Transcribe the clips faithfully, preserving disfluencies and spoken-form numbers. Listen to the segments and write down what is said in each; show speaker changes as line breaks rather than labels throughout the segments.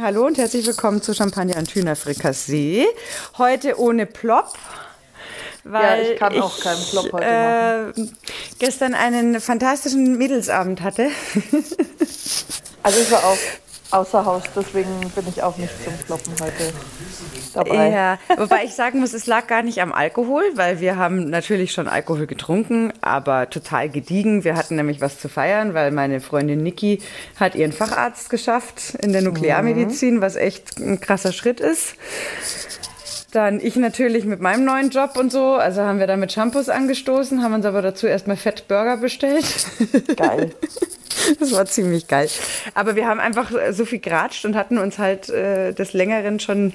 Hallo und herzlich willkommen zu Champagner und Hühnerfrikassee. Heute ohne Plop, weil
ja, ich kann
ich,
auch keinen Plop heute
äh,
machen.
gestern einen fantastischen Mädelsabend hatte.
Also ich war auch außer Haus, deswegen bin ich auch nicht zum Ploppen heute dabei.
Ja, wobei ich sagen muss, es lag gar nicht am Alkohol, weil wir haben natürlich schon Alkohol getrunken, aber total gediegen. Wir hatten nämlich was zu feiern, weil meine Freundin Niki hat ihren Facharzt geschafft in der Nuklearmedizin, mhm. was echt ein krasser Schritt ist. Dann ich natürlich mit meinem neuen Job und so, also haben wir da mit Shampoos angestoßen, haben uns aber dazu erstmal Fettburger bestellt.
Geil.
Das war ziemlich geil. Aber wir haben einfach so viel geratscht und hatten uns halt äh, des Längeren schon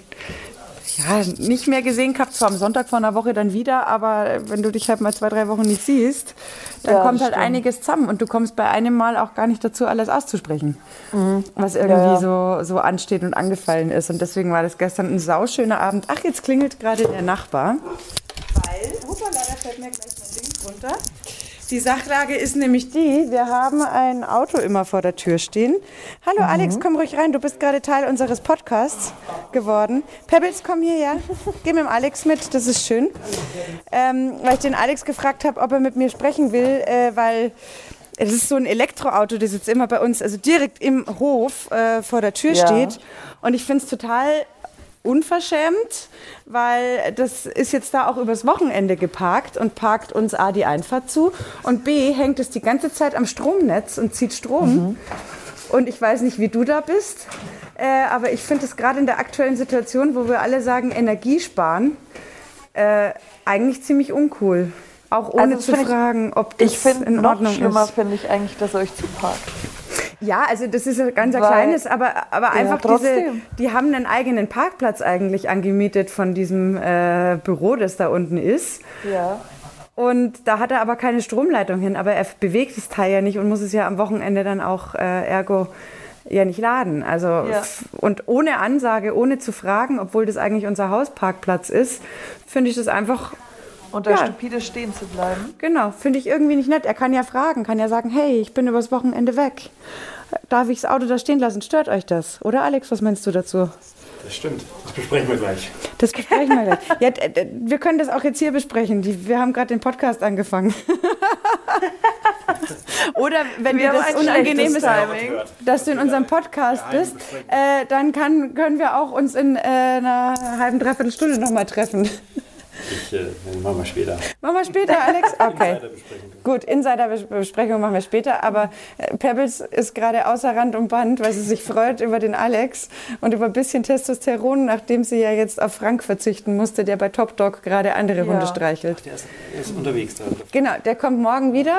ja, nicht mehr gesehen gehabt. Zwar am Sonntag vor einer Woche dann wieder, aber wenn du dich halt mal zwei, drei Wochen nicht siehst, dann ja, kommt halt stimmt. einiges zusammen und du kommst bei einem Mal auch gar nicht dazu, alles auszusprechen, mhm. was irgendwie ja, ja. So, so ansteht und angefallen ist. Und deswegen war das gestern ein sauschöner Abend. Ach, jetzt klingelt gerade der Nachbar. Weil, hoppala, da fällt mir gleich mein Ding runter. Die Sachlage ist nämlich die, wir haben ein Auto immer vor der Tür stehen. Hallo mhm. Alex, komm ruhig rein, du bist gerade Teil unseres Podcasts geworden. Pebbles, komm hier, ja. Geh mit dem Alex mit, das ist schön. Ähm, weil ich den Alex gefragt habe, ob er mit mir sprechen will, äh, weil es ist so ein Elektroauto, das jetzt immer bei uns, also direkt im Hof äh, vor der Tür ja. steht. Und ich finde es total unverschämt, weil das ist jetzt da auch übers Wochenende geparkt und parkt uns A die Einfahrt zu und B hängt es die ganze Zeit am Stromnetz und zieht Strom. Mhm. Und ich weiß nicht, wie du da bist, äh, aber ich finde es gerade in der aktuellen Situation, wo wir alle sagen, Energie sparen, äh, eigentlich ziemlich uncool. Auch ohne also zu fragen, ich, ob das
ich find,
in Ordnung
ist. Noch schlimmer
ist.
finde ich eigentlich, dass ihr euch zuparkt.
Ja, also das ist ein ganz ein kleines, aber, aber einfach ja, diese, die haben einen eigenen Parkplatz eigentlich angemietet von diesem äh, Büro, das da unten ist.
Ja.
Und da hat er aber keine Stromleitung hin, aber er bewegt das Teil ja nicht und muss es ja am Wochenende dann auch äh, ergo ja nicht laden. Also ja. Und ohne Ansage, ohne zu fragen, obwohl das eigentlich unser Hausparkplatz ist, finde ich das einfach...
Und da ja. stupide stehen zu bleiben.
Genau, finde ich irgendwie nicht nett. Er kann ja fragen, kann ja sagen, hey, ich bin übers Wochenende weg. Darf ich das Auto da stehen lassen? Stört euch das? Oder Alex, was meinst du dazu?
Das stimmt, das besprechen wir gleich.
Das besprechen wir gleich. Ja, wir können das auch jetzt hier besprechen. Die, wir haben gerade den Podcast angefangen. Oder wenn wir dir das unangenehm ist, dass du in unserem Podcast bist, äh, dann kann, können wir auch uns in äh, einer halben, dreiviertel Stunde nochmal treffen.
Ich äh, machen wir später.
Machen wir später, Alex? Okay. Gut, Insiderbesprechung machen wir später. Aber Pebbles ist gerade außer Rand und Band, weil sie sich freut über den Alex und über ein bisschen Testosteron, nachdem sie ja jetzt auf Frank verzichten musste, der bei Top Dog gerade andere ja. Hunde streichelt.
Ach, der, ist, der ist unterwegs da.
Genau, der kommt morgen wieder.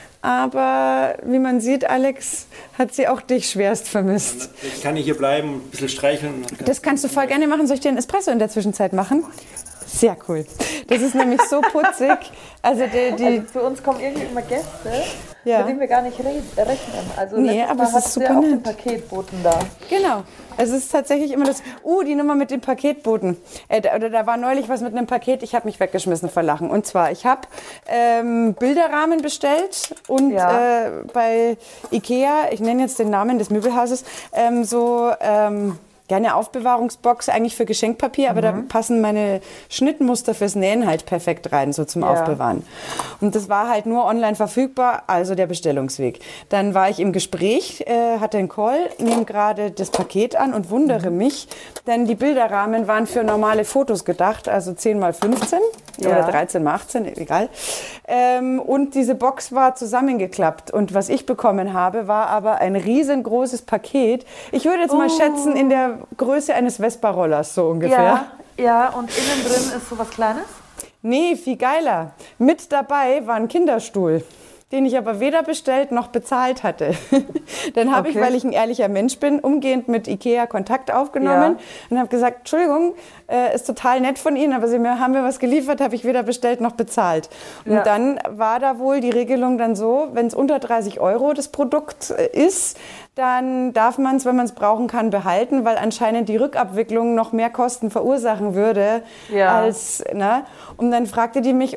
Aber wie man sieht, Alex, hat sie auch dich schwerst vermisst.
Ich kann nicht hier bleiben, ein bisschen streicheln.
Das kannst du voll gerne machen. Soll ich dir einen Espresso in der Zwischenzeit machen? Sehr cool. Das ist nämlich so putzig. Also, die, die
also für uns kommen irgendwie immer Gäste,
ja.
mit denen wir gar nicht rechnen. Also
nee, aber es ist super
auch
nett.
Den Paketboten da.
Genau. Es ist tatsächlich immer das, uh, die Nummer mit dem Paketboten. Äh, da, oder da war neulich was mit einem Paket, ich habe mich weggeschmissen vor Lachen. Und zwar, ich habe ähm, Bilderrahmen bestellt und ja. äh, bei Ikea, ich nenne jetzt den Namen des Möbelhauses, ähm, so... Ähm, Ja, eine Aufbewahrungsbox eigentlich für Geschenkpapier, aber mhm. da passen meine Schnittmuster fürs Nähen halt perfekt rein, so zum ja. Aufbewahren. Und das war halt nur online verfügbar, also der Bestellungsweg. Dann war ich im Gespräch, äh, hatte einen Call, nehme gerade das Paket an und wundere mhm. mich, denn die Bilderrahmen waren für normale Fotos gedacht, also zehn mal fünfzehn ja. oder dreizehn mal achtzehn, egal. Ähm, und diese Box war zusammengeklappt und was ich bekommen habe, war aber ein riesengroßes Paket. Ich würde jetzt mal oh. schätzen, in der Größe eines Vespa-Rollers, so ungefähr.
Ja, ja, und innen drin ist so was Kleines?
Nee, viel geiler. Mit dabei war ein Kinderstuhl, den ich aber weder bestellt noch bezahlt hatte. Dann habe okay. ich, weil ich ein ehrlicher Mensch bin, umgehend mit Ikea Kontakt aufgenommen ja. und habe gesagt, Entschuldigung, äh, ist total nett von Ihnen, aber Sie haben mir was geliefert, habe ich weder bestellt noch bezahlt. Und ja. dann war da wohl die Regelung dann so, wenn es unter dreißig Euro das Produkt äh, ist, dann darf man es, wenn man es brauchen kann, behalten, weil anscheinend die Rückabwicklung noch mehr Kosten verursachen würde. Ja. Als, ne? Und dann fragte die mich, ob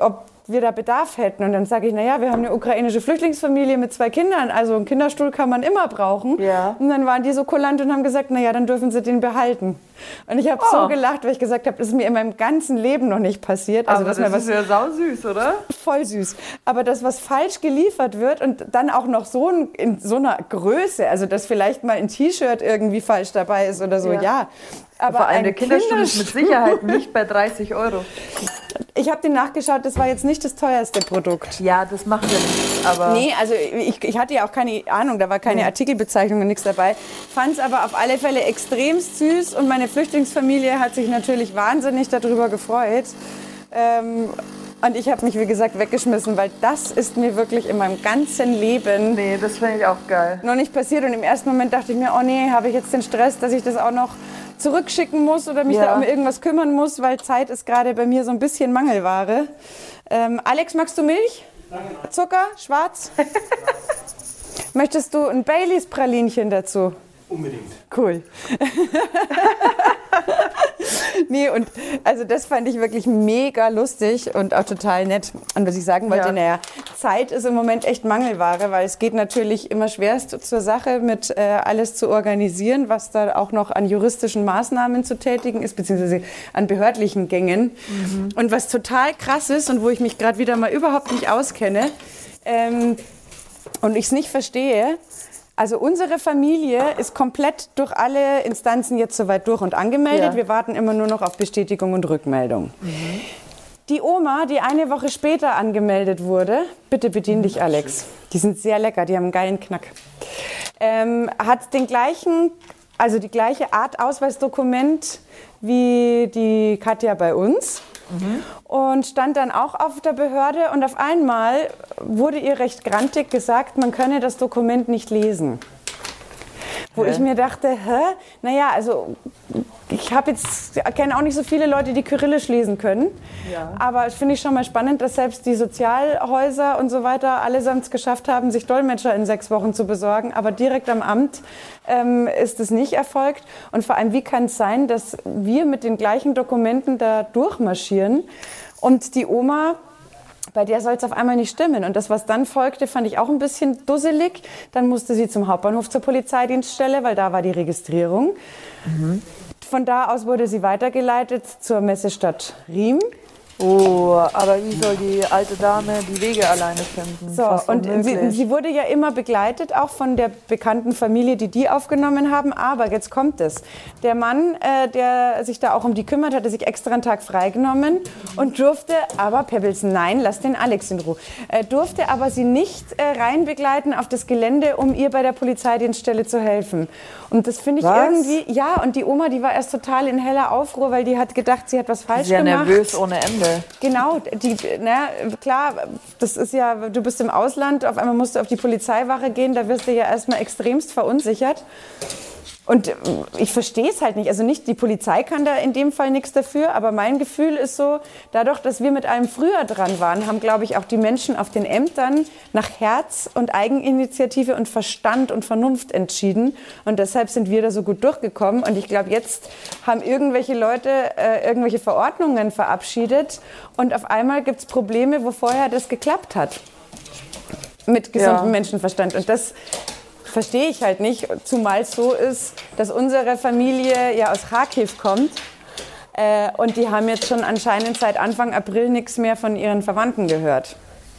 wir da Bedarf hätten. Und dann sage ich, naja, wir haben eine ukrainische Flüchtlingsfamilie mit zwei Kindern, also einen Kinderstuhl kann man immer brauchen.
Ja.
Und dann waren die so kulant und haben gesagt, naja, dann dürfen sie den behalten. Und ich habe
Oh.
so gelacht, weil ich gesagt habe, das ist mir in meinem ganzen Leben noch nicht passiert. Also,
Aber
dass
das
mir was
ist ja sausüß, oder?
voll süß. Aber das, was falsch geliefert wird und dann auch noch so ein, in so einer Größe, also dass vielleicht mal ein T-Shirt irgendwie falsch dabei ist oder so, ja.
Ja.
Aber
Vor allem
ein
der Kinderstuhl ist mit Sicherheit nicht bei dreißig Euro.
Ich habe den nachgeschaut, das war jetzt nicht das teuerste Produkt.
Ja, das machen wir nicht, aber...
Nee, also ich, ich hatte ja auch keine Ahnung, da war keine Artikelbezeichnung und nichts dabei. Fand es aber auf alle Fälle extrem süß und meine Flüchtlingsfamilie hat sich natürlich wahnsinnig darüber gefreut. Ähm, und ich habe mich, wie gesagt, weggeschmissen, weil das ist mir wirklich in meinem ganzen Leben
Nee, das finde ich auch geil.
noch nicht passiert. Und im ersten Moment dachte ich mir, oh nee, habe ich jetzt den Stress, dass ich das auch noch zurückschicken muss oder mich
Ja.
da um irgendwas kümmern muss, weil Zeit ist gerade bei mir so ein bisschen Mangelware. Ähm, Alex, magst du Milch? Zucker? Schwarz? Möchtest du ein Baileys-Pralinchen dazu?
Unbedingt.
Cool. Nee, und also das fand ich wirklich mega lustig und auch total nett. Und was ich sagen wollte,
Ja.
naja, Zeit ist im Moment echt Mangelware, weil es geht natürlich immer schwerst zur Sache, mit äh, alles zu organisieren, was da auch noch an juristischen Maßnahmen zu tätigen ist, beziehungsweise an behördlichen Gängen. Mhm. Und was total krass ist und wo ich mich gerade wieder mal überhaupt nicht auskenne ähm, und ich es nicht verstehe, also unsere Familie ist komplett durch alle Instanzen jetzt soweit durch und angemeldet.
Ja.
Wir warten immer nur noch auf Bestätigung und Rückmeldung. Mhm. Die Oma, die eine Woche später angemeldet wurde, bitte bedien dich, Alex. Die sind sehr lecker, die haben einen geilen Knack. Ähm, hat den gleichen, also die gleiche Art Ausweisdokument wie die Katja bei uns. Mhm. Und stand dann auch auf der Behörde und auf einmal wurde ihr recht grantig gesagt, man könne das Dokument nicht lesen. Wo
Hä?
ich mir dachte, hä? Naja, also ich habe jetzt kenne auch nicht so viele Leute, die Kyrillisch lesen können.
Ja.
Aber es finde ich schon mal spannend, dass selbst die Sozialhäuser und so weiter allesamt es geschafft haben, sich Dolmetscher in sechs Wochen zu besorgen. Aber direkt am Amt ähm, ist es nicht erfolgt. Und vor allem, wie kann es sein, dass wir mit den gleichen Dokumenten da durchmarschieren und die Oma, bei der soll es auf einmal nicht stimmen. Und das, was dann folgte, fand ich auch ein bisschen dusselig. Dann musste sie zum Hauptbahnhof zur Polizeidienststelle, weil da war die Registrierung. Mhm. Von da aus wurde sie weitergeleitet zur Messestadt Riem.
Oh, aber wie soll die alte Dame die Wege alleine finden?
So,
Fast
und sie,
unmöglich.
sie wurde ja immer begleitet, auch von der bekannten Familie, die die aufgenommen haben. Aber jetzt kommt es. Der Mann, äh, der sich da auch um die kümmert, hatte sich extra einen Tag freigenommen und durfte aber, Pebbles, nein, lass den Alex in Ruhe, äh, durfte aber sie nicht äh, reinbegleiten auf das Gelände, um ihr bei der Polizeidienststelle zu helfen. Und das finde ich
Was?
irgendwie, ja, und die Oma, die war erst total in heller Aufruhr, weil die hat gedacht, sie hat was falsch
Sehr
gemacht.
nervös ohne Ende.
Genau, die, na, klar, das ist ja, du bist im Ausland, auf einmal musst du auf die Polizeiwache gehen, da wirst du ja erstmal extremst verunsichert. Und ich verstehe es halt nicht. Also nicht, die Polizei kann da in dem Fall nichts dafür, aber mein Gefühl ist so, dadurch, dass wir mit allem früher dran waren, haben, glaube ich, auch die Menschen auf den Ämtern nach Herz und Eigeninitiative und Verstand und Vernunft entschieden. Und deshalb sind wir da so gut durchgekommen. Und ich glaube, jetzt haben irgendwelche Leute äh, irgendwelche Verordnungen verabschiedet und auf einmal gibt es Probleme, wo vorher das geklappt hat. Mit gesundem
Ja.
Menschenverstand. Und das verstehe ich halt nicht, zumal es so ist, dass unsere Familie ja aus Kharkiv kommt äh, und die haben jetzt schon anscheinend seit Anfang April nichts mehr von ihren Verwandten gehört.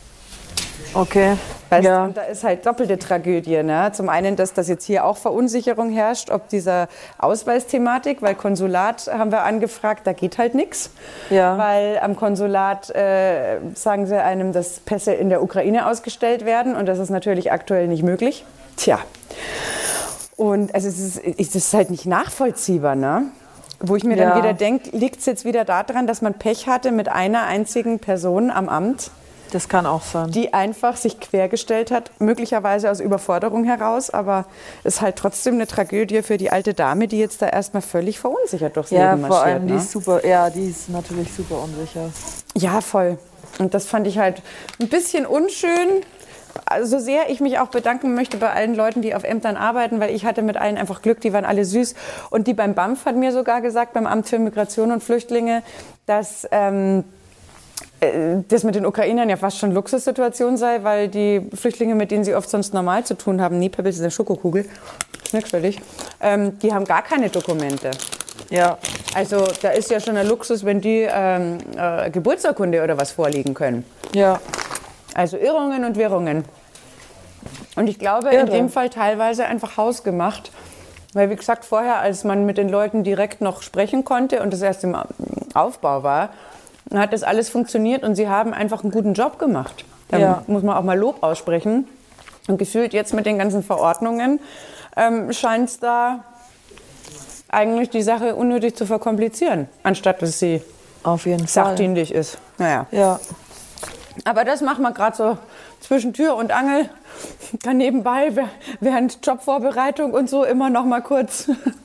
Okay.
Weißt,
Ja.
Und da ist halt doppelte Tragödie. Ne? Zum einen, dass das jetzt hier auch Verunsicherung herrscht, ob dieser Ausweisthematik, weil Konsulat haben wir angefragt, da geht halt nichts.
Ja.
Weil am Konsulat äh, sagen sie einem, dass Pässe in der Ukraine ausgestellt werden und das ist natürlich aktuell nicht möglich. Tja. Und also es ist, es ist halt nicht nachvollziehbar, ne? Wo ich mir
Ja.
dann wieder denke, liegt es jetzt wieder daran, dass man Pech hatte mit einer einzigen Person am Amt,
Das kann auch sein.
die einfach sich quergestellt hat, möglicherweise aus Überforderung heraus, aber ist halt trotzdem eine Tragödie für die alte Dame, die jetzt da erstmal völlig verunsichert durchs
Ja,
Leben
vor
marschiert.
allem, die
ne?
ist super, ja, die ist natürlich super unsicher.
Ja, voll. Und das fand ich halt ein bisschen unschön. Also so sehr ich mich auch bedanken möchte bei allen Leuten, die auf Ämtern arbeiten, weil ich hatte mit allen einfach Glück, die waren alle süß. Und die beim B A M F hat mir sogar gesagt, beim Amt für Migration und Flüchtlinge, dass ähm, das mit den Ukrainern ja fast schon Luxussituation sei, weil die Flüchtlinge, mit denen sie oft sonst normal zu tun haben, nie Pebbles ist eine Schokokugel, merkwürdig, ähm, die haben gar keine Dokumente.
Ja.
Also da ist ja schon ein Luxus, wenn die ähm, äh, Geburtsurkunde oder was vorlegen können.
Ja.
Also Irrungen und Wirrungen. Und ich glaube,
Irre.
in dem Fall teilweise einfach hausgemacht. Weil, wie gesagt, vorher, als man mit den Leuten direkt noch sprechen konnte und das erst im Aufbau war, hat das alles funktioniert und sie haben einfach einen guten Job gemacht. Da
Ja.
muss man auch mal Lob aussprechen. Und gefühlt jetzt mit den ganzen Verordnungen ähm, scheint es da eigentlich die Sache unnötig zu verkomplizieren, anstatt dass sie
Auf jeden Fall.
sachdienlich ist. Naja.
Ja.
Aber das machen wir gerade so zwischen Tür und Angel, dann nebenbei, während Jobvorbereitung und so immer noch mal kurz.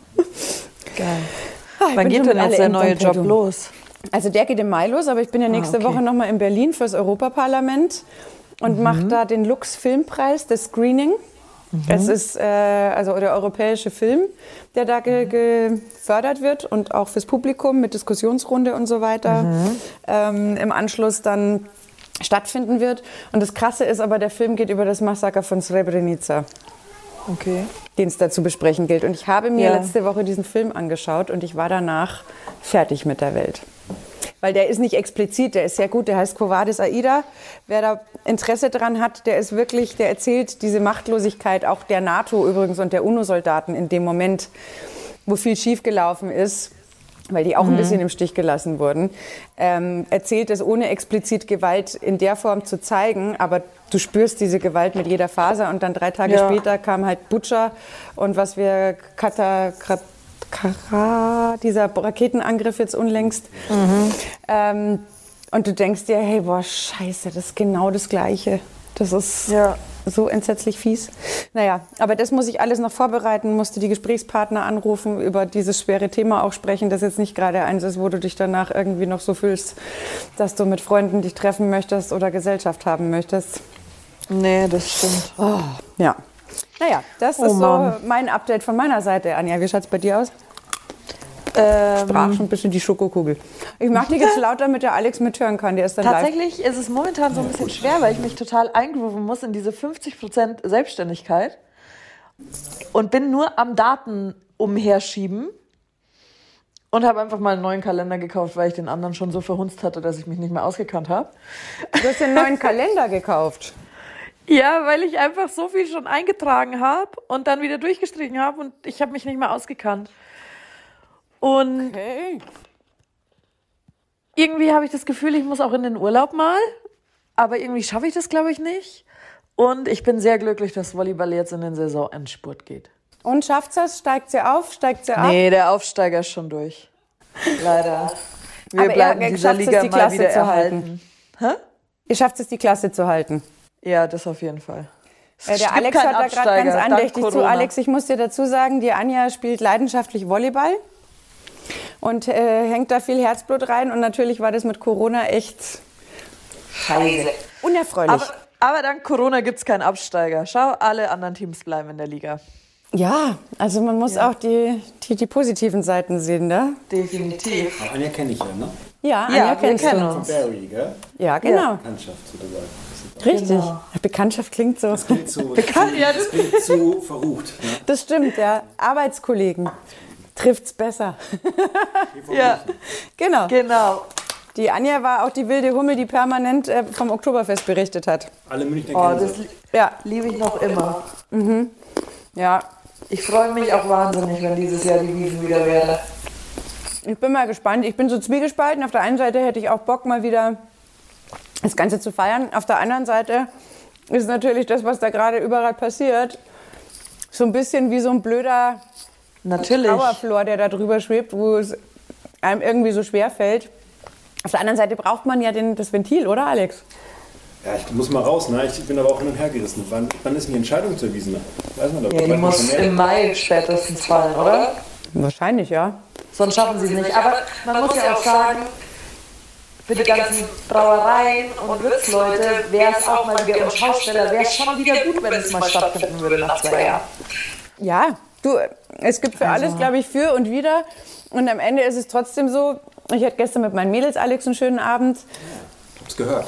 Geil.
Ah, ich
Wann
bin
geht
schon
denn
mit
jetzt
alle
der
Ämtern
neue Job
petto.
los?
Also der geht im Mai los, aber ich bin ja nächste
okay.
Woche noch mal in Berlin fürs Europaparlament und mache da den Lux Filmpreis, das Screening. Es ist äh, also der europäische Film, der da ge gefördert wird und auch fürs Publikum mit Diskussionsrunde und so weiter ähm, im Anschluss dann stattfinden wird. Und das Krasse ist aber, der Film geht über das Massaker von Srebrenica,
Okay.
den es da zu besprechen gilt. Und ich habe mir
Ja.
letzte Woche diesen Film angeschaut und ich war danach fertig mit der Welt. Weil der ist nicht explizit, der ist sehr gut, der heißt Quo Vadis Aida. Wer da Interesse dran hat, der ist wirklich, der erzählt diese Machtlosigkeit auch der NATO übrigens und der UNO-Soldaten in dem Moment, wo viel schiefgelaufen ist, weil die auch ein bisschen im Stich gelassen wurden, ähm, erzählt es ohne explizit Gewalt in der Form zu zeigen, aber du spürst diese Gewalt mit jeder Faser und dann drei Tage
Ja.
später kam halt Butscha und was wir Kata, Krat, Kara, dieser Raketenangriff jetzt unlängst. Ähm, und du denkst dir, hey, boah, scheiße, das ist genau das Gleiche. Das ist
Ja.
so entsetzlich fies. Naja, aber das muss ich alles noch vorbereiten, musste die Gesprächspartner anrufen, über dieses schwere Thema auch sprechen, das jetzt nicht gerade eins ist, wo du dich danach irgendwie noch so fühlst, dass du mit Freunden dich treffen möchtest oder Gesellschaft haben möchtest.
Nee, das stimmt.
Oh, ja. Naja, das
Oh
ist so
Mann.
mein Update von meiner Seite, Anja. Wie schaut's bei dir aus?
Ähm,
Brach schon ein bisschen die Schokokugel. Ich mach die jetzt lauter, damit der Alex mithören kann. Der ist dann live.
Tatsächlich ist es momentan so ein bisschen schwer, weil ich mich total eingrooven muss in diese fünfzig Prozent Selbstständigkeit und bin nur am Daten umherschieben und habe einfach mal einen neuen Kalender gekauft, weil ich den anderen schon so verhunzt hatte, dass ich mich nicht mehr ausgekannt habe.
Du hast den neuen Kalender gekauft.
Ja, weil ich einfach so viel schon eingetragen habe und dann wieder durchgestrichen habe und ich habe mich nicht mehr ausgekannt. Und
Hey.
irgendwie habe ich das Gefühl, ich muss auch in den Urlaub mal, aber irgendwie schaffe ich das, glaube ich, nicht. Und ich bin sehr glücklich, dass Volleyball jetzt in den Saisonendspurt geht.
Und schafft es? Steigt sie auf? Steigt sie ab?
Nee, der Aufsteiger ist schon durch. Leider. Wir
Aber
bleiben
er
dieser
schafft es,
Liga
die
mal
Klasse
wieder
zu halten.
erhalten.
Ihr schafft es, die Klasse zu halten.
Ja, das auf jeden Fall. Es
Äh, der
gibt
Alex
keinen
hört da gerade
Absteiger,
ganz
dank
andächtig zu.
Corona.
Alex, ich muss dir dazu sagen, die Anja spielt leidenschaftlich Volleyball und äh, hängt da viel Herzblut rein. Und natürlich war das mit Corona echt
Scheiße.
unerfreulich.
Aber, aber dank Corona gibt es keinen Absteiger. Schau, alle anderen Teams bleiben in der Liga.
ja, also man muss auch die, die, die positiven Seiten sehen, ne?
Definitiv.
Aber Anja kenne ich ja, ne?
Ja, Anja
Ja, wir
kennst
kennen
du.
uns.
Barry, gell?
Ja, genau.
Bekanntschaft sozusagen.
Richtig.
Genau.
Bekanntschaft klingt so.
Das klingt zu,
Bekannt, ja,
das klingt zu verrucht. Ne?
Das stimmt, ja. Arbeitskollegen trifft's besser.
Ja,
Genau.
genau.
Die Anja war auch die wilde Hummel, die permanent äh, vom Oktoberfest berichtet hat.
Alle Münchner
Oh,
kennen
das
sie.
li-
Ja,
liebe ich noch immer.
ja.
Ich freue mich auch wahnsinnig, wenn dieses Jahr die Wiesn wieder wäre.
Ich bin mal gespannt. Ich bin so zwiegespalten. Auf der einen Seite hätte ich auch Bock, mal wieder das Ganze zu feiern. Auf der anderen Seite ist natürlich das, was da gerade überall passiert, so ein bisschen wie so ein blöder
Natürlich.
Trauerflor, der da drüber schwebt, wo es einem irgendwie so schwer fällt. Auf der anderen Seite braucht man ja den, das Ventil, oder Alex?
Ja, ich muss mal raus, ne? Ich bin aber auch hin und her gerissen. Wann, wann ist denn die Entscheidung zur Wiesn? Weiß man doch.
Ja, die
Weiß man
muss
schon mehr?
im Mai spätestens fallen, oder?
Wahrscheinlich, ja.
Sonst schaffen sie es nicht. Aber man muss ja auch sagen, für die ganzen Brauereien und Wirtsleute wäre es auch mal wieder, und Schausteller wäre es schon wieder gut, wenn es mal stattfinden würde nach zwei Jahren.
Ja, du, es gibt für alles, glaube ich, für und wider. Und am Ende ist es trotzdem so, ich hatte gestern mit meinen Mädels, Alex, einen schönen Abend.
hab's gehört.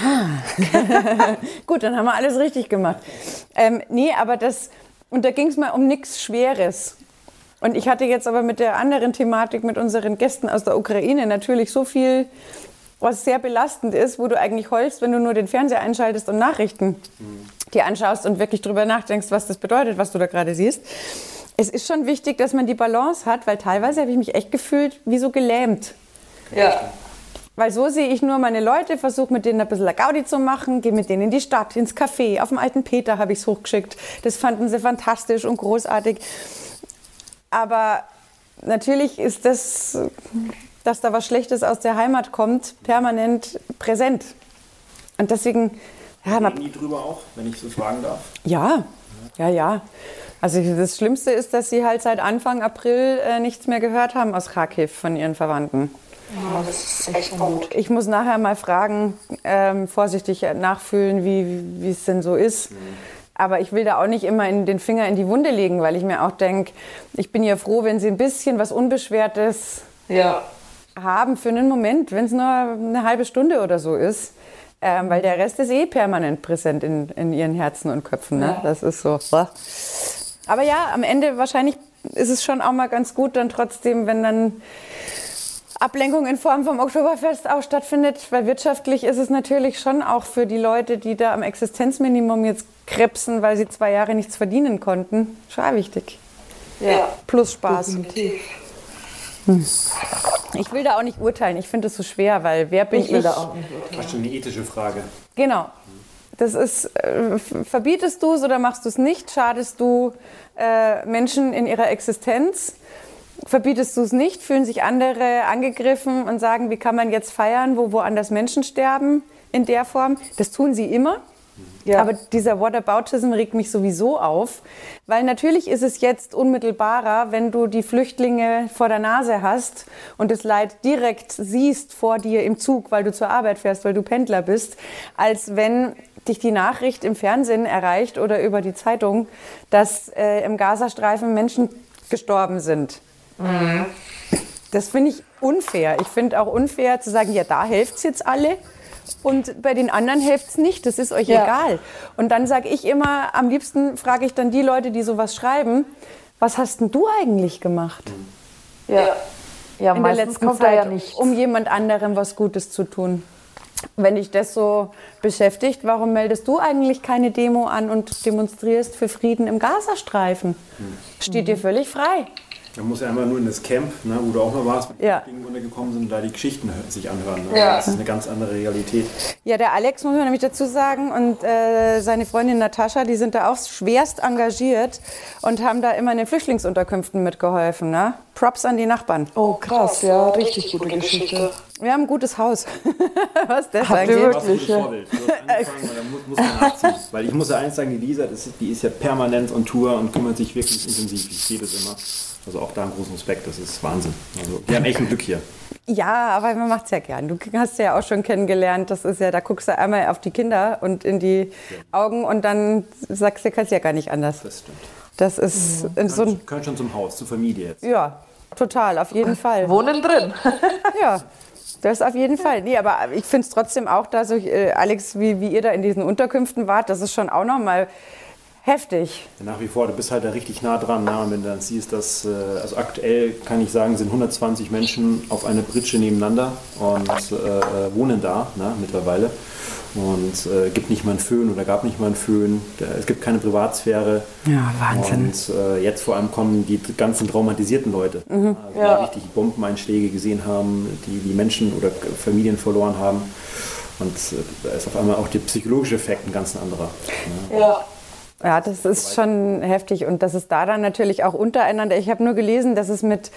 Ah, gut, dann haben wir alles richtig gemacht. Ähm, nee, aber das, und da ging es mal um nichts Schweres. Und ich hatte jetzt aber mit der anderen Thematik, mit unseren Gästen aus der Ukraine natürlich so viel, was sehr belastend ist, wo du eigentlich heulst, wenn du nur den Fernseher einschaltest und Nachrichten mhm. dir anschaust und wirklich drüber nachdenkst, was das bedeutet, was du da gerade siehst. Es ist schon wichtig, dass man die Balance hat, weil teilweise habe ich mich echt gefühlt wie so gelähmt.
Ja.
Weil so sehe ich nur meine Leute, versuche mit denen ein bisschen Gaudi zu machen, gehe mit denen in die Stadt, ins Café. Auf dem Alten Peter habe ich es hochgeschickt. Das fanden sie fantastisch und großartig. Aber natürlich ist das, dass da was Schlechtes aus der Heimat kommt, permanent präsent. Und deswegen... Ja,
man nie drüber auch, wenn ich so fragen darf?
Ja, ja, ja. Also das Schlimmste ist, dass sie halt seit Anfang April äh, nichts mehr gehört haben aus Kharkiv von ihren Verwandten.
Ja, das ist echt gut.
Ich muss nachher mal fragen, ähm, vorsichtig nachfühlen, wie, wie es denn so ist. Mhm. Aber ich will da auch nicht immer in den Finger in die Wunde legen, weil ich mir auch denke, ich bin ja froh, wenn sie ein bisschen was Unbeschwertes
ja.
haben für einen Moment, wenn es nur eine halbe Stunde oder so ist. Ähm, weil der Rest ist eh permanent präsent in, in ihren Herzen und Köpfen. Ne? Ja. Das ist so. Aber ja, am Ende wahrscheinlich ist es schon auch mal ganz gut, dann trotzdem, wenn dann Ablenkung in Form vom Oktoberfest auch stattfindet, weil wirtschaftlich ist es natürlich schon auch für die Leute, die da am Existenzminimum jetzt krebsen, weil sie zwei Jahre nichts verdienen konnten, schon wichtig.
Ja.
Plus Spaß. Hm. Ich will da auch nicht urteilen, ich finde es so schwer, weil wer bin ich?
Ich will da auch nicht urteilen.
Das ist schon eine ethische Frage.
Genau. Das ist, äh, verbietest du es oder machst du es nicht? Schadest du äh, Menschen in ihrer Existenz? Verbietest du es nicht? Fühlen sich andere angegriffen und sagen, wie kann man jetzt feiern, wo woanders Menschen sterben in der Form? Das tun sie immer. Ja. Aber dieser Whataboutism regt mich sowieso auf, weil natürlich ist es jetzt unmittelbarer, wenn du die Flüchtlinge vor der Nase hast und das Leid direkt siehst vor dir im Zug, weil du zur Arbeit fährst, weil du Pendler bist, als wenn dich die Nachricht im Fernsehen erreicht oder über die Zeitung, dass äh, im Gazastreifen Menschen gestorben sind. Mhm. Das finde ich unfair. Ich finde auch unfair zu sagen, ja, da helft es jetzt alle. Und bei den anderen hilft es nicht, das ist euch ja. egal. Und dann sage ich immer, am liebsten frage ich dann die Leute, die sowas schreiben, was hast denn du eigentlich gemacht?
Ja, ja
in der letzten
kommt
Zeit,
da ja nichts.
Um jemand anderem was Gutes zu tun. Wenn dich das so beschäftigt, warum meldest du eigentlich keine Demo an und demonstrierst für Frieden im Gazastreifen? Hm. Steht dir völlig frei.
Man muss ja einmal nur in das Camp, ne, wo du auch mal warst, mit
ja.
Flüchtlingen untergekommen sind, da die Geschichten sich anhören. Ne?
Ja.
Das ist eine ganz andere Realität.
Ja, der Alex, muss man nämlich dazu sagen, und äh, seine Freundin Natascha, die sind da auch schwerst engagiert und haben da immer in den Flüchtlingsunterkünften mitgeholfen. Ne? Props an die Nachbarn.
Oh, krass, ja, richtig gute Geschichte.
Wir haben ein gutes Haus. Was das
Habt
angeht.
ihr wirklich?
Ja. Vorbild. Angefangen, da muss, muss man nachziehen. Weil ich muss ja eins sagen, die Lisa, das ist, die ist ja permanent on Tour und kümmert sich wirklich intensiv. Ich sehe das immer. Also auch da einen großen Respekt, das ist Wahnsinn. Also wir haben echt ein Glück hier.
Ja, aber man macht es ja gern. Du hast ja auch schon kennengelernt, das ist ja, da guckst du einmal auf die Kinder und in die ja. Augen und dann sagst du, kannst ja gar nicht anders.
Das stimmt.
Das ist
mhm.
so ein...
Gehört schon zum Haus, zur Familie jetzt.
Ja, total, auf jeden Fall.
Wohnen drin.
Ja. Das auf jeden Fall. Nee, aber ich finde es trotzdem auch, dass ich, äh, Alex, wie, wie ihr da in diesen Unterkünften wart, das ist schon auch nochmal heftig.
Ja, nach wie vor, du bist halt da richtig nah dran. Ne? Und wenn du dann siehst, dass, äh, also aktuell kann ich sagen, sind hundertzwanzig Menschen auf einer Pritsche nebeneinander und äh, wohnen da ne, mittlerweile. Und äh, gibt nicht mal einen Föhn oder gab nicht mal einen Föhn. Es gibt keine Privatsphäre.
Ja, Wahnsinn.
Und äh, jetzt vor allem kommen die ganzen traumatisierten Leute,
mhm.
also
ja.
die richtig Bombeneinschläge gesehen haben, die die Menschen oder Familien verloren haben. Und äh, da ist auf einmal auch der psychologische Effekt ein ganz anderer.
Ne? Ja.
Ja, das ist schon heftig und das ist da dann natürlich auch untereinander. Ich habe nur gelesen, dass es mit,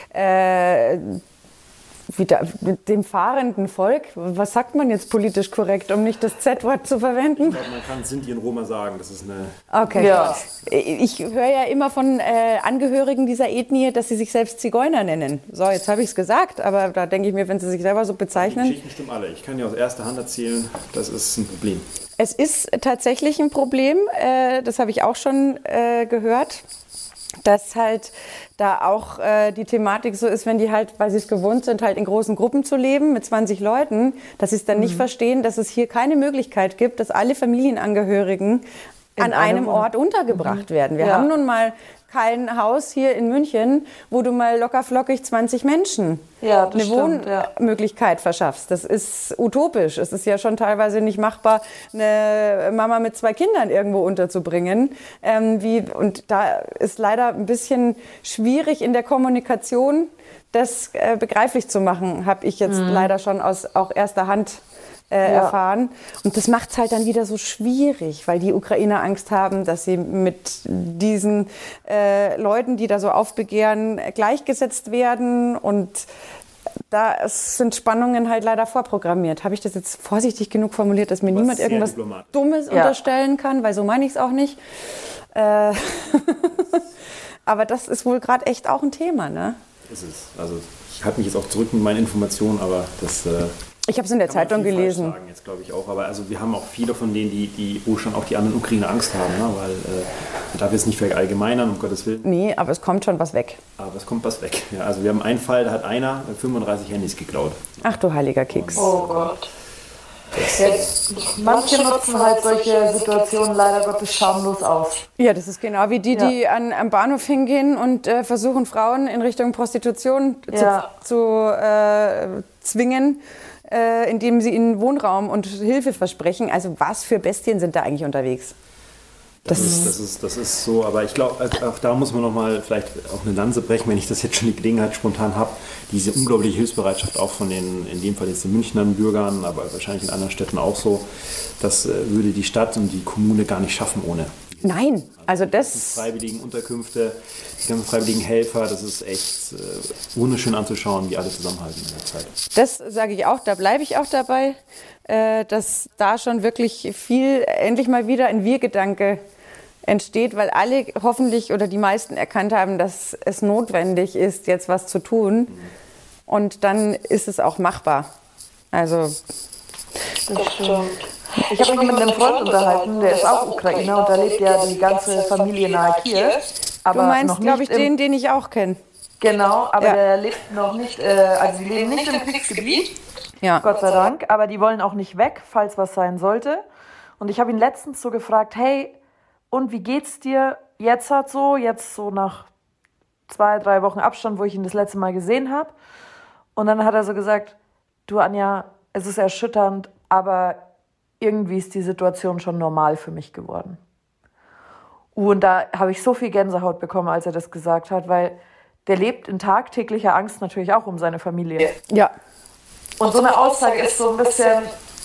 äh, wieder, mit dem fahrenden Volk, was sagt man jetzt politisch korrekt, um nicht das Z-Wort zu verwenden?
Ich glaube, man kann Sinti und Roma sagen, das ist eine...
Okay.
Ja.
Ich höre ja immer von äh, Angehörigen dieser Ethnie, dass sie sich selbst Zigeuner nennen. So, jetzt habe ich es gesagt, aber da denke ich mir, wenn sie sich selber so bezeichnen...
Die Geschichten stimmen alle. Ich kann dir aus erster Hand erzählen, das ist ein Problem.
Es ist tatsächlich ein Problem, äh, das habe ich auch schon äh, gehört. dass halt da auch äh, die Thematik so ist, wenn die halt, weil sie es gewohnt sind, halt in großen Gruppen zu leben mit zwanzig Leuten, dass sie es dann mhm. nicht verstehen, dass es hier keine Möglichkeit gibt, dass alle Familienangehörigen in an einem Ort untergebracht mhm. werden. Wir ja. haben nun mal kein Haus hier in München, wo du mal locker flockig zwanzig Menschen
ja,
eine
stimmt,
Wohnmöglichkeit ja. verschaffst. Das ist utopisch. Es ist ja schon teilweise nicht machbar, eine Mama mit zwei Kindern irgendwo unterzubringen. Ähm, wie, und da ist leider ein bisschen schwierig in der Kommunikation, das äh, begreiflich zu machen, habe ich jetzt mhm. leider schon aus auch erster Hand Äh, ja. erfahren. Und das macht es halt dann wieder so schwierig, weil die Ukrainer Angst haben, dass sie mit diesen äh, Leuten, die da so aufbegehren, gleichgesetzt werden. Und da sind Spannungen halt leider vorprogrammiert. Habe ich das jetzt vorsichtig genug formuliert, dass mir Was niemand irgendwas Dummes ja. unterstellen kann, weil so meine ich es auch nicht. Äh aber das ist wohl gerade echt auch ein Thema, ne?
Ist es. Also ich halte mich jetzt auch zurück mit meinen Informationen, aber das... Äh
Ich habe es in der Zeitung gelesen.
Sagen, jetzt glaube ich auch. Aber also wir haben auch viele von denen, die, die wo schon auch die anderen Ukrainer Angst haben, ne? Weil äh, man darf jetzt nicht verallgemeinern, um Gottes Willen.
Nee, aber es kommt schon was weg.
Aber es kommt was weg. Ja, also wir haben einen Fall, da hat einer fünfunddreißig Handys geklaut.
Ach du heiliger Keks.
Oh Gott. Ja, manche nutzen halt solche Situationen leider Gottes schamlos aus.
Ja, das ist genau wie die, die ja. an, am Bahnhof hingehen und äh, versuchen, Frauen in Richtung Prostitution ja. zu, zu äh, zwingen, äh, indem sie ihnen Wohnraum und Hilfe versprechen. Also was für Bestien sind da eigentlich unterwegs?
Das, das, ist, das, ist, das ist so, aber ich glaube, auch da muss man nochmal vielleicht auch eine Lanze brechen, wenn ich das jetzt schon die Gelegenheit spontan habe, diese unglaubliche Hilfsbereitschaft auch von den, in dem Fall jetzt den Münchner Bürgern, aber wahrscheinlich in anderen Städten auch so, das würde die Stadt und die Kommune gar nicht schaffen ohne.
Nein, also das...
Die freiwilligen Unterkünfte, die ganzen freiwilligen Helfer, das ist echt äh, wunderschön anzuschauen, wie alle zusammenhalten in der Zeit.
Das sage ich auch, da bleibe ich auch dabei, äh, dass da schon wirklich viel, endlich mal wieder ein Wir-Gedanke entsteht, weil alle hoffentlich oder die meisten erkannt haben, dass es notwendig ist, jetzt was zu tun. Mhm. Und dann ist es auch machbar. Also...
Das stimmt. Ich habe mich mit einem Freund unterhalten, der ist auch Ukrainer und da lebt ja die ganze Familie nahe Kiew.
Aber du meinst, glaube ich, den, den ich auch kenne.
Genau, aber ja. der lebt noch nicht, äh, also die leben nicht im Kriegsgebiet, ja. Gott sei Dank, aber die wollen auch nicht weg, falls was sein sollte. Und ich habe ihn letztens so gefragt, hey, und wie geht's dir jetzt halt so, jetzt so nach zwei, drei Wochen Abstand, wo ich ihn das letzte Mal gesehen habe. Und dann hat er so gesagt, du Anja, es ist erschütternd, aber irgendwie ist die Situation schon normal für mich geworden. Und da habe ich so viel Gänsehaut bekommen, als er das gesagt hat, weil der lebt in tagtäglicher Angst natürlich auch um seine Familie.
Ja.
Und so eine Aussage ist so ein bisschen...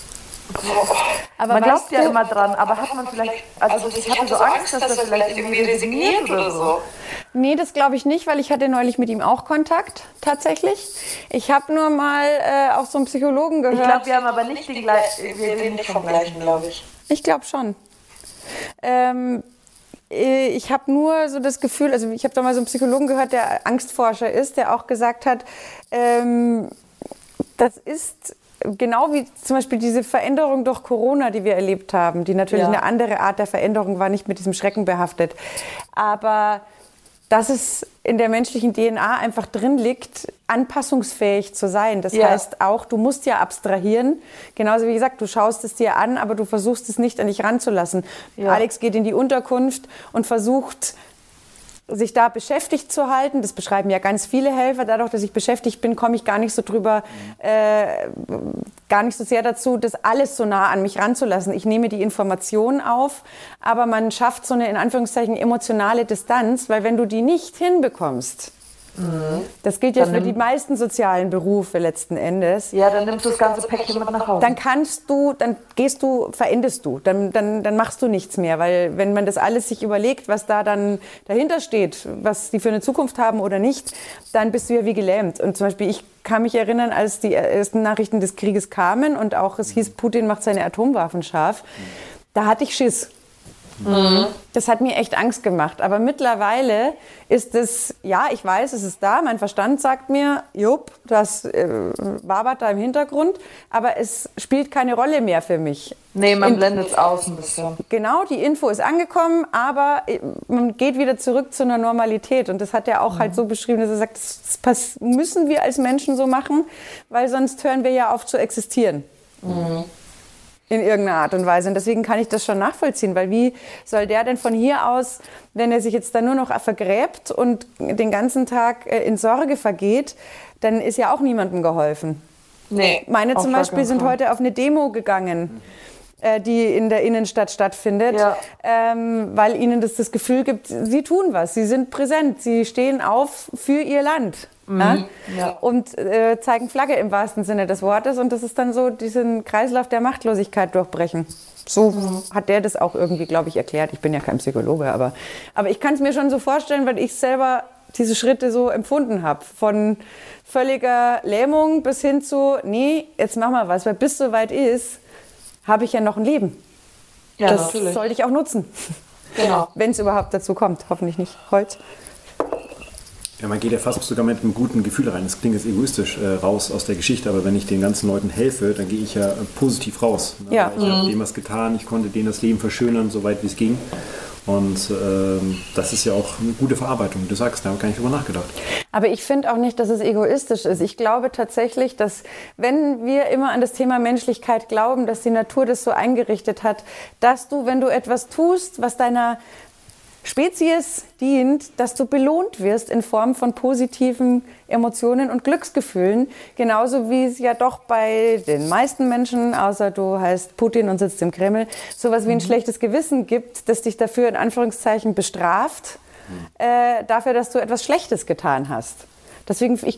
Aber man glaubt ja immer dran, aber hat man vielleicht... Also ich hatte so Angst, dass er vielleicht irgendwie resigniert oder so.
Nee, das glaube ich nicht, weil ich hatte neulich mit ihm auch Kontakt, tatsächlich. Ich habe nur mal äh, auch so einen Psychologen gehört.
Ich glaube, wir haben aber nicht den gleichen, wir reden nicht vom gleichen, glaube ich.
Ich glaube schon. Ähm, ich habe nur so das Gefühl, also ich habe da mal so einen Psychologen gehört, der Angstforscher ist, der auch gesagt hat, ähm, das ist... Genau wie zum Beispiel diese Veränderung durch Corona, die wir erlebt haben, die natürlich ja. eine andere Art der Veränderung war, nicht mit diesem Schrecken behaftet. Aber dass es in der menschlichen D N A einfach drin liegt, anpassungsfähig zu sein. Das ja. heißt auch, du musst ja abstrahieren. Genauso wie gesagt, du schaust es dir an, aber du versuchst es nicht an dich ranzulassen. Ja. Alex geht in die Unterkunft und versucht, sich da beschäftigt zu halten. Das beschreiben ja ganz viele Helfer. Dadurch, dass ich beschäftigt bin, komme ich gar nicht so drüber, äh, gar nicht so sehr dazu, das alles so nah an mich ranzulassen. Ich nehme die Informationen auf, aber man schafft so eine, in Anführungszeichen, emotionale Distanz, weil wenn du die nicht hinbekommst, mhm. das gilt ja dann für die meisten sozialen Berufe letzten Endes.
Ja, dann nimmst du das ganze Päckchen mit nach Hause.
Dann kannst du, dann gehst du, verendest du, dann, dann, dann machst du nichts mehr, weil wenn man das alles sich überlegt, was da dann dahinter steht, was die für eine Zukunft haben oder nicht, dann bist du ja wie gelähmt. Und zum Beispiel, ich kann mich erinnern, als die ersten Nachrichten des Krieges kamen und auch es hieß, Putin macht seine Atomwaffen scharf, da hatte ich Schiss. Mhm. Das hat mir echt Angst gemacht. Aber mittlerweile ist es, ja, ich weiß, es ist da. Mein Verstand sagt mir, jupp, das äh, wabert da im Hintergrund. Aber es spielt keine Rolle mehr für mich.
Nee, man blendet es aus ein bisschen.
Genau, die Info ist angekommen, aber man geht wieder zurück zu einer Normalität. Und das hat er auch mhm. halt so beschrieben, dass er sagt, das, das müssen wir als Menschen so machen, weil sonst hören wir ja auf zu existieren. Mhm. In irgendeiner Art und Weise. Und deswegen kann ich das schon nachvollziehen, weil wie soll der denn von hier aus, wenn er sich jetzt da nur noch vergräbt und den ganzen Tag in Sorge vergeht, dann ist ja auch niemandem geholfen.
Nee,
Meine zum Beispiel sind heute auf eine Demo gegangen, die in der Innenstadt stattfindet, ja. ähm, weil ihnen das das Gefühl gibt, sie tun was, sie sind präsent, sie stehen auf für ihr Land. Mhm. Ja? Ja. Und äh, zeigen Flagge im wahrsten Sinne des Wortes. Und das ist dann so diesen Kreislauf der Machtlosigkeit durchbrechen. So mhm. hat der das auch irgendwie, glaube ich, erklärt. Ich bin ja kein Psychologe, aber, aber ich kann es mir schon so vorstellen, weil ich selber diese Schritte so empfunden habe. Von völliger Lähmung bis hin zu, nee, jetzt mach mal was, weil bis so weit ist, habe ich ja noch ein Leben. Ja, das natürlich. Sollte ich auch nutzen. Genau. Wenn es überhaupt dazu kommt. Hoffentlich nicht heute.
Ja, man geht ja fast sogar mit einem guten Gefühl rein. Das klingt jetzt egoistisch äh, raus aus der Geschichte, aber wenn ich den ganzen Leuten helfe, dann gehe ich ja äh, positiv raus. Ne? Ja. Ich mhm. habe dem was getan, ich konnte denen das Leben verschönern, soweit wie es ging. Und ähm, das ist ja auch eine gute Verarbeitung. Du sagst, da habe ich gar nicht drüber nachgedacht.
Aber ich finde auch nicht, dass es egoistisch ist. Ich glaube tatsächlich, dass wenn wir immer an das Thema Menschlichkeit glauben, dass die Natur das so eingerichtet hat, dass du, wenn du etwas tust, was deiner Spezies dient, dass du belohnt wirst in Form von positiven Emotionen und Glücksgefühlen. Genauso wie es ja doch bei den meisten Menschen, außer du heißt Putin und sitzt im Kreml, sowas wie ein mhm. schlechtes Gewissen gibt, das dich dafür in Anführungszeichen bestraft, mhm. äh, dafür, dass du etwas Schlechtes getan hast. Deswegen, ich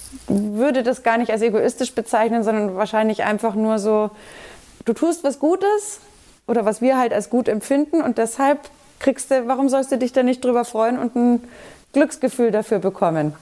würde das gar nicht als egoistisch bezeichnen, sondern wahrscheinlich einfach nur so, du tust was Gutes oder was wir halt als gut empfinden und deshalb kriegst du, warum sollst du dich da nicht drüber freuen und ein Glücksgefühl dafür bekommen?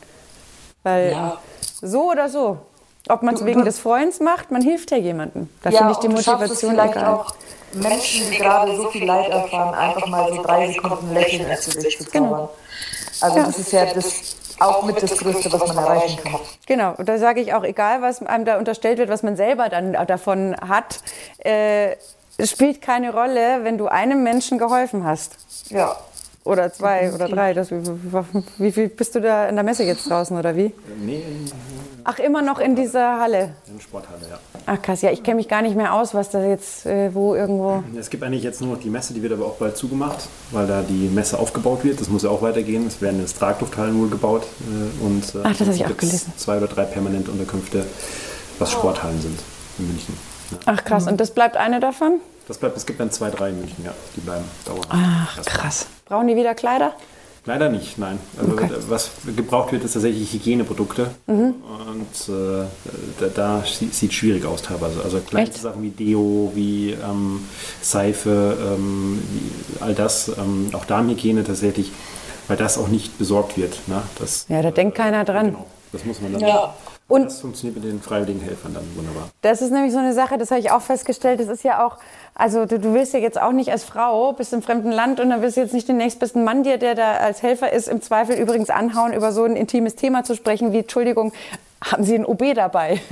Weil ja. so oder so, ob man es wegen des Freunds macht, man hilft ja jemandem. Da ja, finde ich die Motivation
vielleicht egal. Auch Menschen, die gerade so viel Leid erfahren, einfach mal so drei Sekunden lächeln ins Gesicht zu zaubern. Genau. Also ja. das ist ja das auch mit das Größte, was man erreichen kann.
Genau, und da sage ich auch, egal was einem da unterstellt wird, was man selber dann davon hat, äh, es spielt keine Rolle, wenn du einem Menschen geholfen hast.
Ja.
Oder zwei oder drei. Das, wie viel bist du da in der Messe jetzt draußen oder wie?
Nee. In,
Ach, immer noch in dieser Halle?
In der Sporthalle, ja.
Ach krass, ja, ich kenne mich gar nicht mehr aus, was da jetzt äh, wo irgendwo...
Es gibt eigentlich jetzt nur noch die Messe, die wird aber auch bald zugemacht, weil da die Messe aufgebaut wird. Das muss ja auch weitergehen. Es werden jetzt Traglufthallen wohl gebaut. Äh, und, äh,
Ach, das habe ich auch gelesen.
Zwei oder drei permanente Unterkünfte, was Sporthallen sind in München.
Ja. Ach krass, und das bleibt eine davon?
Das bleibt, es gibt dann zwei, drei in München, ja, die bleiben dauerhaft.
Ach, krass. Brauchen die wieder Kleider?
Leider nicht, nein. Also okay. Was gebraucht wird, ist tatsächlich Hygieneprodukte. Mhm. Und äh, da, da sieht es schwierig aus teilweise. Also kleinste Echt? Sachen wie Deo, wie ähm, Seife, ähm, wie all das, ähm, auch Darmhygiene tatsächlich, weil das auch nicht besorgt wird. Ne? Das,
ja, da äh, denkt keiner dran.
Genau, das muss man dann
ja.
nicht. Und das funktioniert mit den freiwilligen Helfern dann wunderbar.
Das ist nämlich so eine Sache, das habe ich auch festgestellt, das ist ja auch, also du, du willst ja jetzt auch nicht als Frau, bist im fremden Land und dann willst du jetzt nicht den nächstbesten Mann dir, der da als Helfer ist, im Zweifel übrigens anhauen, über so ein intimes Thema zu sprechen wie, Entschuldigung, haben Sie ein O B dabei?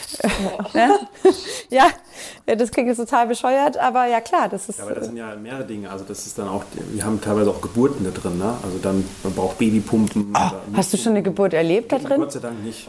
Ja. ja, das klingt jetzt total bescheuert, aber ja klar, das ist...
Ja, aber das sind ja mehrere Dinge, also das ist dann auch, wir haben teilweise auch Geburten da drin, ne? Also dann, man braucht Babypumpen.
Oh, hast du schon eine Geburt erlebt da drin?
Gott sei Dank nicht.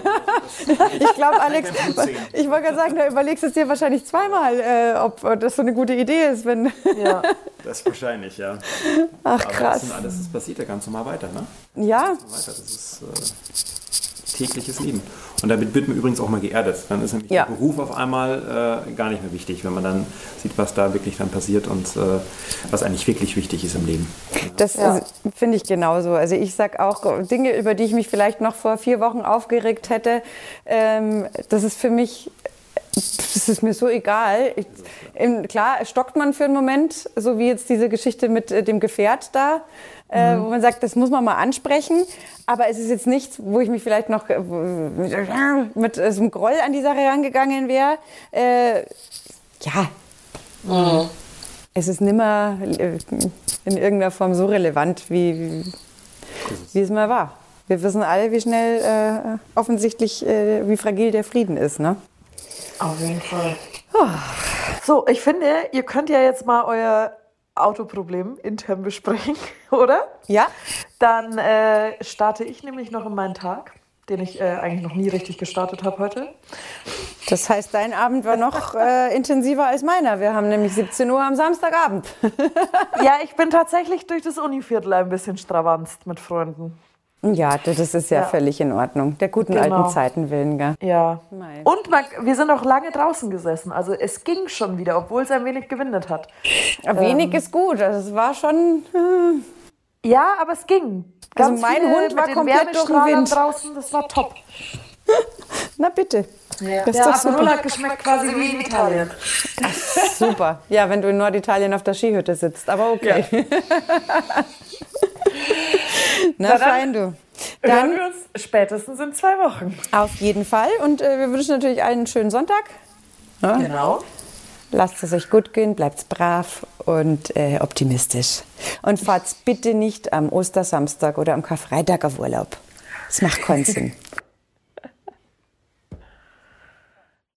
Ich glaube, Alex, ich wollte gerade sagen, da überlegst du es dir wahrscheinlich zweimal, äh, ob das so eine gute Idee ist, wenn...
Ja.
Das ist wahrscheinlich, ja.
Ach, krass.
Aber das, sind alles, das passiert ja ganz normal weiter, ne?
Ja.
Das, das ist äh, tägliches Leben. Und damit wird man übrigens auch mal geerdet. Dann ist nämlich ja. der Beruf auf einmal äh, gar nicht mehr wichtig, wenn man dann sieht, was da wirklich dann passiert und äh, was eigentlich wirklich wichtig ist im Leben.
Das ja. finde ich genauso. Also ich sage auch Dinge, über die ich mich vielleicht noch vor vier Wochen aufgeregt hätte, ähm, das ist für mich... Das ist mir so egal. Ich, im, klar, stockt man für einen Moment, so wie jetzt diese Geschichte mit äh, dem Gefährt da, äh, mhm. wo man sagt, das muss man mal ansprechen. Aber es ist jetzt nichts, wo ich mich vielleicht noch äh, mit, mit äh, so einem Groll an die Sache rangegangen wäre. Äh, ja.
Mhm.
es ist nimmer äh, in irgendeiner Form so relevant, wie, wie, wie es mal war. Wir wissen alle, wie schnell äh, offensichtlich, äh, wie fragil der Frieden ist, ne?
Auf jeden Fall. Oh. So, ich finde, ihr könnt ja jetzt mal euer Autoproblem intern besprechen, oder?
Ja.
Dann äh, starte ich nämlich noch in meinen Tag, den ich äh, eigentlich noch nie richtig gestartet habe heute.
Das heißt, dein Abend war noch äh, intensiver als meiner. Wir haben nämlich siebzehn Uhr am Samstagabend.
Ja, ich bin tatsächlich durch das Univiertel ein bisschen stravanzt mit Freunden.
Ja, das ist ja, ja völlig in Ordnung. Der guten
genau.
alten Zeiten willen, gell?
Ja.
Mei.
Und man, wir sind auch lange draußen gesessen. Also es ging schon wieder, obwohl es ein wenig gewindet hat.
Ja, wenig
ähm,
ist gut. Also es war schon... Hm.
Ja, aber es ging. Ganz
also mein Hund war komplett durch den Wind.
Draußen, das war top.
Na bitte.
Ja. Der Aperol hat geschmeckt quasi wie in Italien.
Ach, super. Ja, wenn du in Norditalien auf der Skihütte sitzt. Aber okay. Ja. Na, Na fein, du.
Dann hören wir uns spätestens in zwei Wochen.
Auf jeden Fall. Und äh, wir wünschen natürlich allen einen schönen Sonntag. Ja?
Genau.
Lasst es euch gut gehen, bleibt brav und äh, optimistisch. Und fahrt bitte nicht am Ostersamstag oder am Karfreitag auf Urlaub. Das macht keinen Sinn.